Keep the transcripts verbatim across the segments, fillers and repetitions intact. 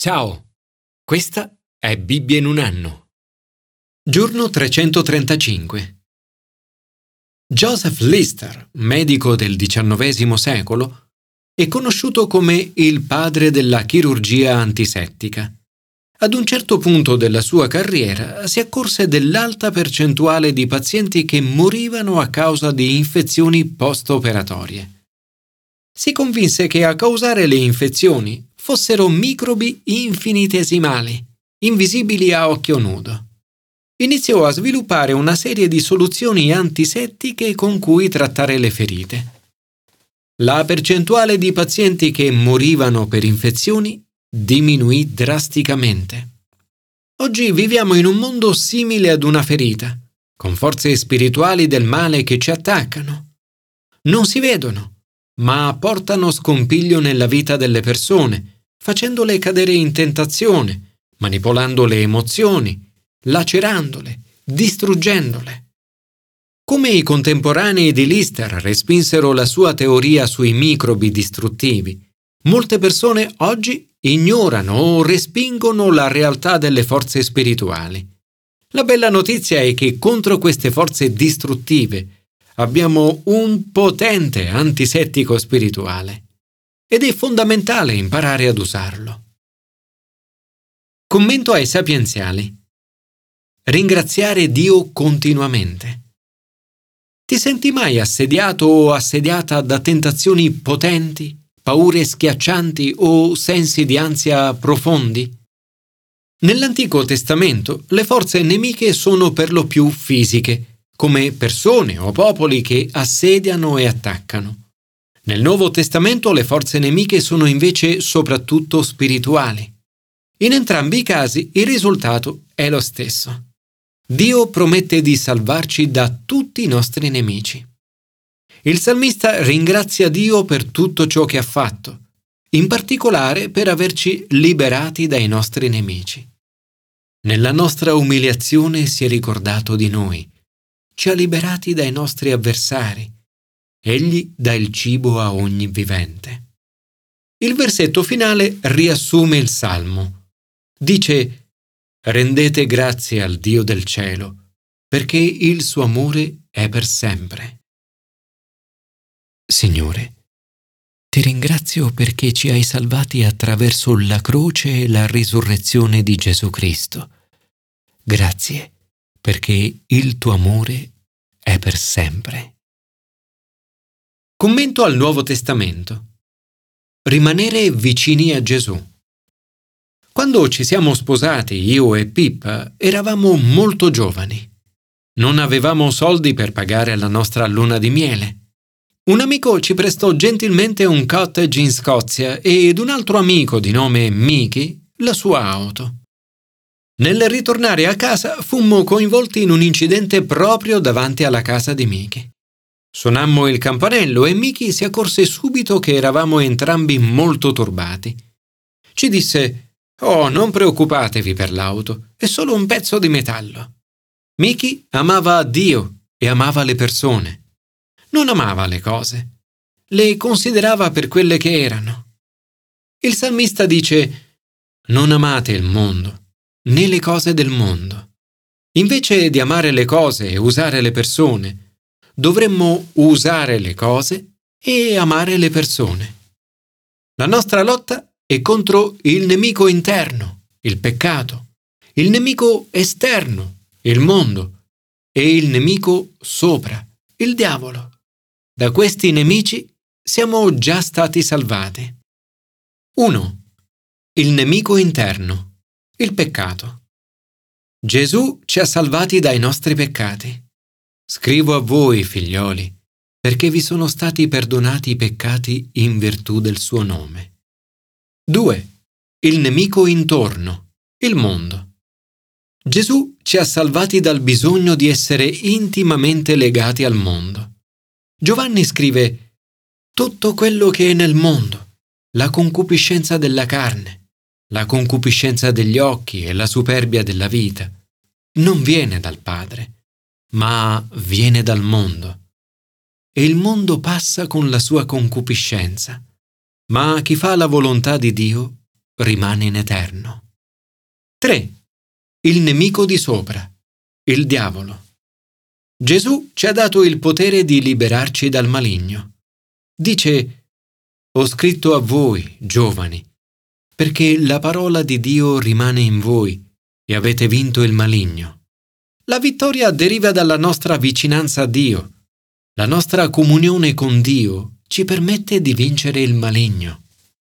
Ciao, questa è Bibbia in un anno. Giorno trecentotrentacinque. Joseph Lister, medico del diciannovesimo secolo, è conosciuto come il padre della chirurgia antisettica. Ad un certo punto della sua carriera si accorse dell'alta percentuale di pazienti che morivano a causa di infezioni post-operatorie. Si convinse che a causare le infezioni fossero microbi infinitesimali, invisibili a occhio nudo. Iniziò a sviluppare una serie di soluzioni antisettiche con cui trattare le ferite. La percentuale di pazienti che morivano per infezioni diminuì drasticamente. Oggi viviamo in un mondo simile ad una ferita, con forze spirituali del male che ci attaccano. Non si vedono, ma portano scompiglio nella vita delle persone, facendole cadere in tentazione, manipolando le emozioni, lacerandole, distruggendole. Come i contemporanei di Lister respinsero la sua teoria sui microbi distruttivi, molte persone oggi ignorano o respingono la realtà delle forze spirituali. La bella notizia è che contro queste forze distruttive abbiamo un potente antisettico spirituale ed è fondamentale imparare ad usarlo. Commento ai sapienziali. Ringraziare Dio continuamente. Ti senti mai assediato o assediata da tentazioni potenti, paure schiaccianti o sensi di ansia profondi? Nell'Antico Testamento le forze nemiche sono per lo più fisiche, come persone o popoli che assediano e attaccano. Nel Nuovo Testamento le forze nemiche sono invece soprattutto spirituali. In entrambi i casi il risultato è lo stesso. Dio promette di salvarci da tutti i nostri nemici. Il salmista ringrazia Dio per tutto ciò che ha fatto, in particolare per averci liberati dai nostri nemici. Nella nostra umiliazione si è ricordato di noi. Ci ha liberati dai nostri avversari. Egli dà il cibo a ogni vivente. Il versetto finale riassume il Salmo. Dice: rendete grazie al Dio del cielo, perché il suo amore è per sempre. Signore, ti ringrazio perché ci hai salvati attraverso la croce e la risurrezione di Gesù Cristo. Grazie, perché il tuo amore è per sempre. Commento al Nuovo Testamento. Rimanere vicini a Gesù. Quando ci siamo sposati, io e Pippa, eravamo molto giovani. Non avevamo soldi per pagare la nostra luna di miele. Un amico ci prestò gentilmente un cottage in Scozia ed un altro amico di nome Mickey la sua auto. Nel ritornare a casa fummo coinvolti in un incidente proprio davanti alla casa di Mickey. Suonammo il campanello e Mickey si accorse subito che eravamo entrambi molto turbati. Ci disse: «Oh, non preoccupatevi per l'auto, è solo un pezzo di metallo». Mickey amava Dio e amava le persone. Non amava le cose. Le considerava per quelle che erano. Il salmista dice: «Non amate il mondo, né le cose del mondo». Invece di amare le cose e usare le persone, dovremmo usare le cose e amare le persone. La nostra lotta è contro il nemico interno, il peccato, il nemico esterno, il mondo, e il nemico sopra, il diavolo. Da questi nemici siamo già stati salvati. uno. Il nemico interno, il peccato. Gesù ci ha salvati dai nostri peccati. Scrivo a voi, figlioli, perché vi sono stati perdonati i peccati in virtù del suo nome. due. Il nemico intorno, il mondo. Gesù ci ha salvati dal bisogno di essere intimamente legati al mondo. Giovanni scrive: tutto quello che è nel mondo, la concupiscenza della carne, la concupiscenza degli occhi e la superbia della vita, non viene dal Padre, ma viene dal mondo. E il mondo passa con la sua concupiscenza, ma chi fa la volontà di Dio rimane in eterno. tre. Il nemico di sopra, il diavolo. Gesù ci ha dato il potere di liberarci dal maligno. Dice: «Ho scritto a voi, giovani, perché la parola di Dio rimane in voi e avete vinto il maligno». La vittoria deriva dalla nostra vicinanza a Dio. La nostra comunione con Dio ci permette di vincere il maligno.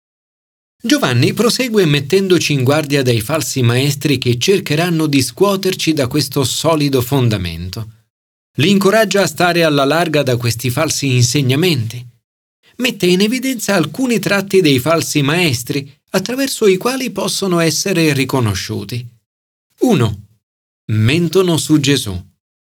Giovanni prosegue mettendoci in guardia dai falsi maestri che cercheranno di scuoterci da questo solido fondamento. Li incoraggia a stare alla larga da questi falsi insegnamenti. Mette in evidenza alcuni tratti dei falsi maestri attraverso i quali possono essere riconosciuti. uno. Mentono su Gesù.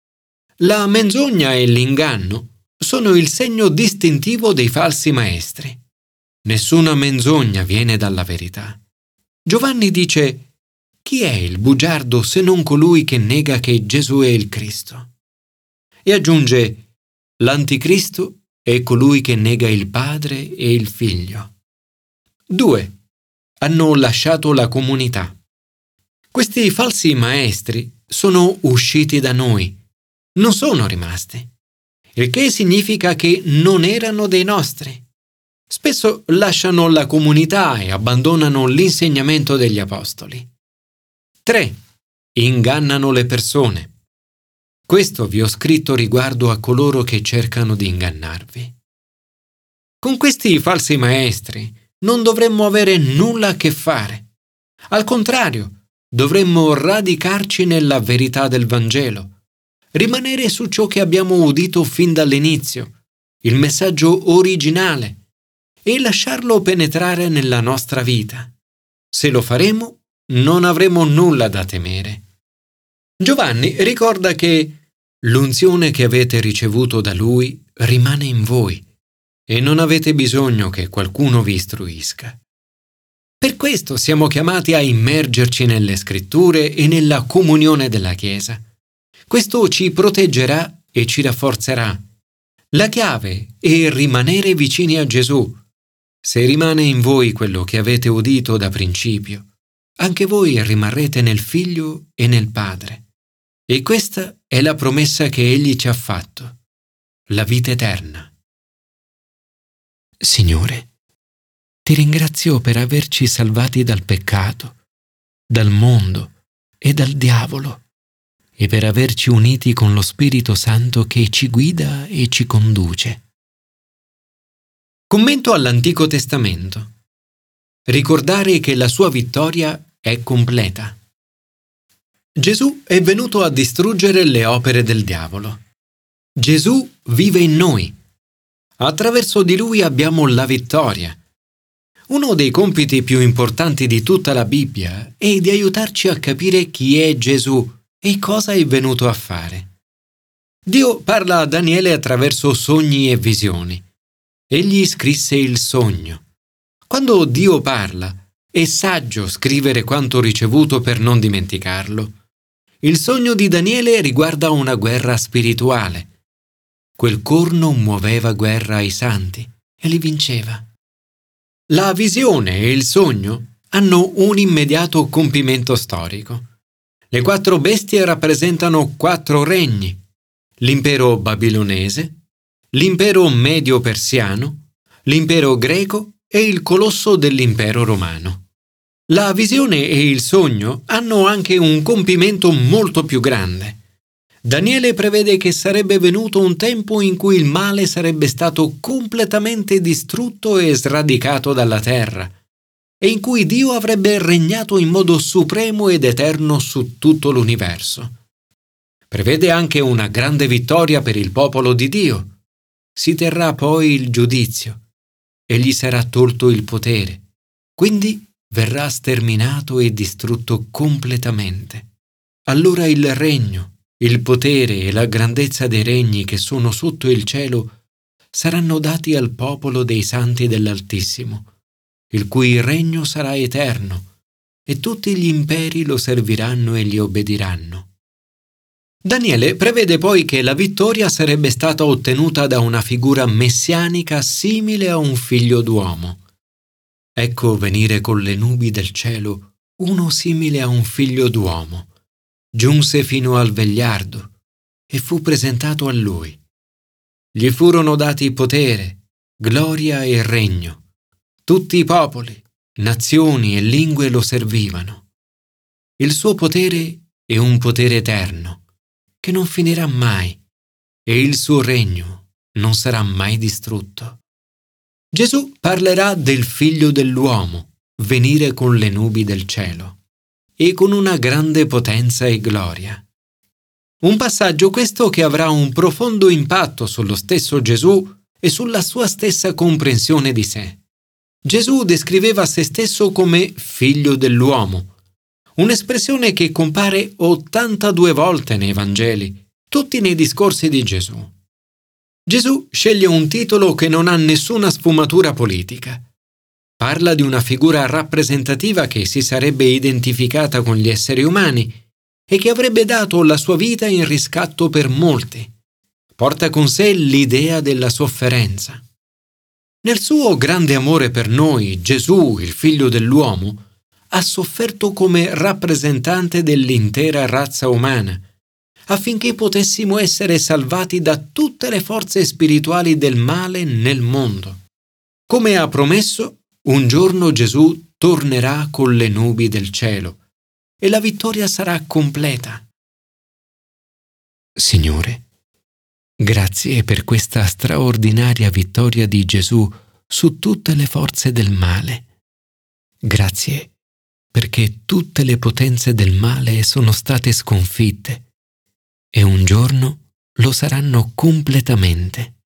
La menzogna e l'inganno sono il segno distintivo dei falsi maestri. Nessuna menzogna viene dalla verità. Giovanni dice: «Chi è il bugiardo se non colui che nega che Gesù è il Cristo?» E aggiunge: «L'anticristo è colui che nega il Padre e il Figlio». due. Hanno lasciato la comunità. Questi falsi maestri sono usciti da noi, non sono rimasti, il che significa che non erano dei nostri. Spesso lasciano la comunità e abbandonano l'insegnamento degli apostoli. tre. Ingannano le persone. Questo vi ho scritto riguardo a coloro che cercano di ingannarvi. Con questi falsi maestri non dovremmo avere nulla a che fare. Al contrario, dovremmo radicarci nella verità del Vangelo, rimanere su ciò che abbiamo udito fin dall'inizio, il messaggio originale, e lasciarlo penetrare nella nostra vita. Se lo faremo, non avremo nulla da temere. Giovanni ricorda che l'unzione che avete ricevuto da lui rimane in voi e non avete bisogno che qualcuno vi istruisca. Per questo siamo chiamati a immergerci nelle Scritture e nella comunione della Chiesa. Questo ci proteggerà e ci rafforzerà. La chiave è rimanere vicini a Gesù. Se rimane in voi quello che avete udito da principio, anche voi rimarrete nel Figlio e nel Padre. E questa è la promessa che Egli ci ha fatto, la vita eterna. Signore, ti ringrazio per averci salvati dal peccato, dal mondo e dal diavolo, e per averci uniti con lo Spirito Santo che ci guida e ci conduce. Commento all'Antico Testamento. Ricordare che la sua vittoria è completa. Gesù è venuto a distruggere le opere del diavolo. Gesù vive in noi. Attraverso di lui abbiamo la vittoria. Uno dei compiti più importanti di tutta la Bibbia è di aiutarci a capire chi è Gesù e cosa è venuto a fare. Dio parla a Daniele attraverso sogni e visioni. Egli scrisse il sogno. Quando Dio parla, è saggio scrivere quanto ricevuto per non dimenticarlo. Il sogno di Daniele riguarda una guerra spirituale. Quel corno muoveva guerra ai santi e li vinceva. La visione e il sogno hanno un immediato compimento storico. Le quattro bestie rappresentano quattro regni: l'impero babilonese, l'impero medio-persiano, l'impero greco e il colosso dell'impero romano. La visione e il sogno hanno anche un compimento molto più grande. Daniele prevede che sarebbe venuto un tempo in cui il male sarebbe stato completamente distrutto e sradicato dalla terra, e in cui Dio avrebbe regnato in modo supremo ed eterno su tutto l'universo. Prevede anche una grande vittoria per il popolo di Dio. Si terrà poi il giudizio e gli sarà tolto il potere, quindi verrà sterminato e distrutto completamente. Allora il regno, il potere e la grandezza dei regni che sono sotto il cielo saranno dati al popolo dei santi dell'Altissimo, il cui regno sarà eterno, e tutti gli imperi lo serviranno e gli obbediranno. Daniele prevede poi che la vittoria sarebbe stata ottenuta da una figura messianica simile a un figlio d'uomo. ecco venire con le nubi del cielo uno simile a un figlio d'uomo. Giunse fino al vegliardo e fu presentato a lui. Gli furono dati potere, gloria e regno. Tutti i popoli, nazioni e lingue lo servivano. Il suo potere è un potere eterno, che non finirà mai, e il suo regno non sarà mai distrutto. Gesù parlerà del Figlio dell'uomo venire con le nubi del cielo e con una grande potenza e gloria. Un passaggio questo che avrà un profondo impatto sullo stesso Gesù e sulla sua stessa comprensione di sé. Gesù descriveva se stesso come Figlio dell'uomo, un'espressione che compare ottantadue volte nei Vangeli, tutti nei discorsi di Gesù. Gesù sceglie un titolo che non ha nessuna sfumatura politica. Parla di una figura rappresentativa che si sarebbe identificata con gli esseri umani e che avrebbe dato la sua vita in riscatto per molti. Porta con sé l'idea della sofferenza. Nel suo grande amore per noi, Gesù, il Figlio dell'uomo, ha sofferto come rappresentante dell'intera razza umana, affinché potessimo essere salvati da tutte le forze spirituali del male nel mondo. Come ha promesso, un giorno Gesù tornerà con le nubi del cielo e la vittoria sarà completa. Signore, grazie per questa straordinaria vittoria di Gesù su tutte le forze del male. Grazie perché tutte le potenze del male sono state sconfitte e un giorno lo saranno completamente.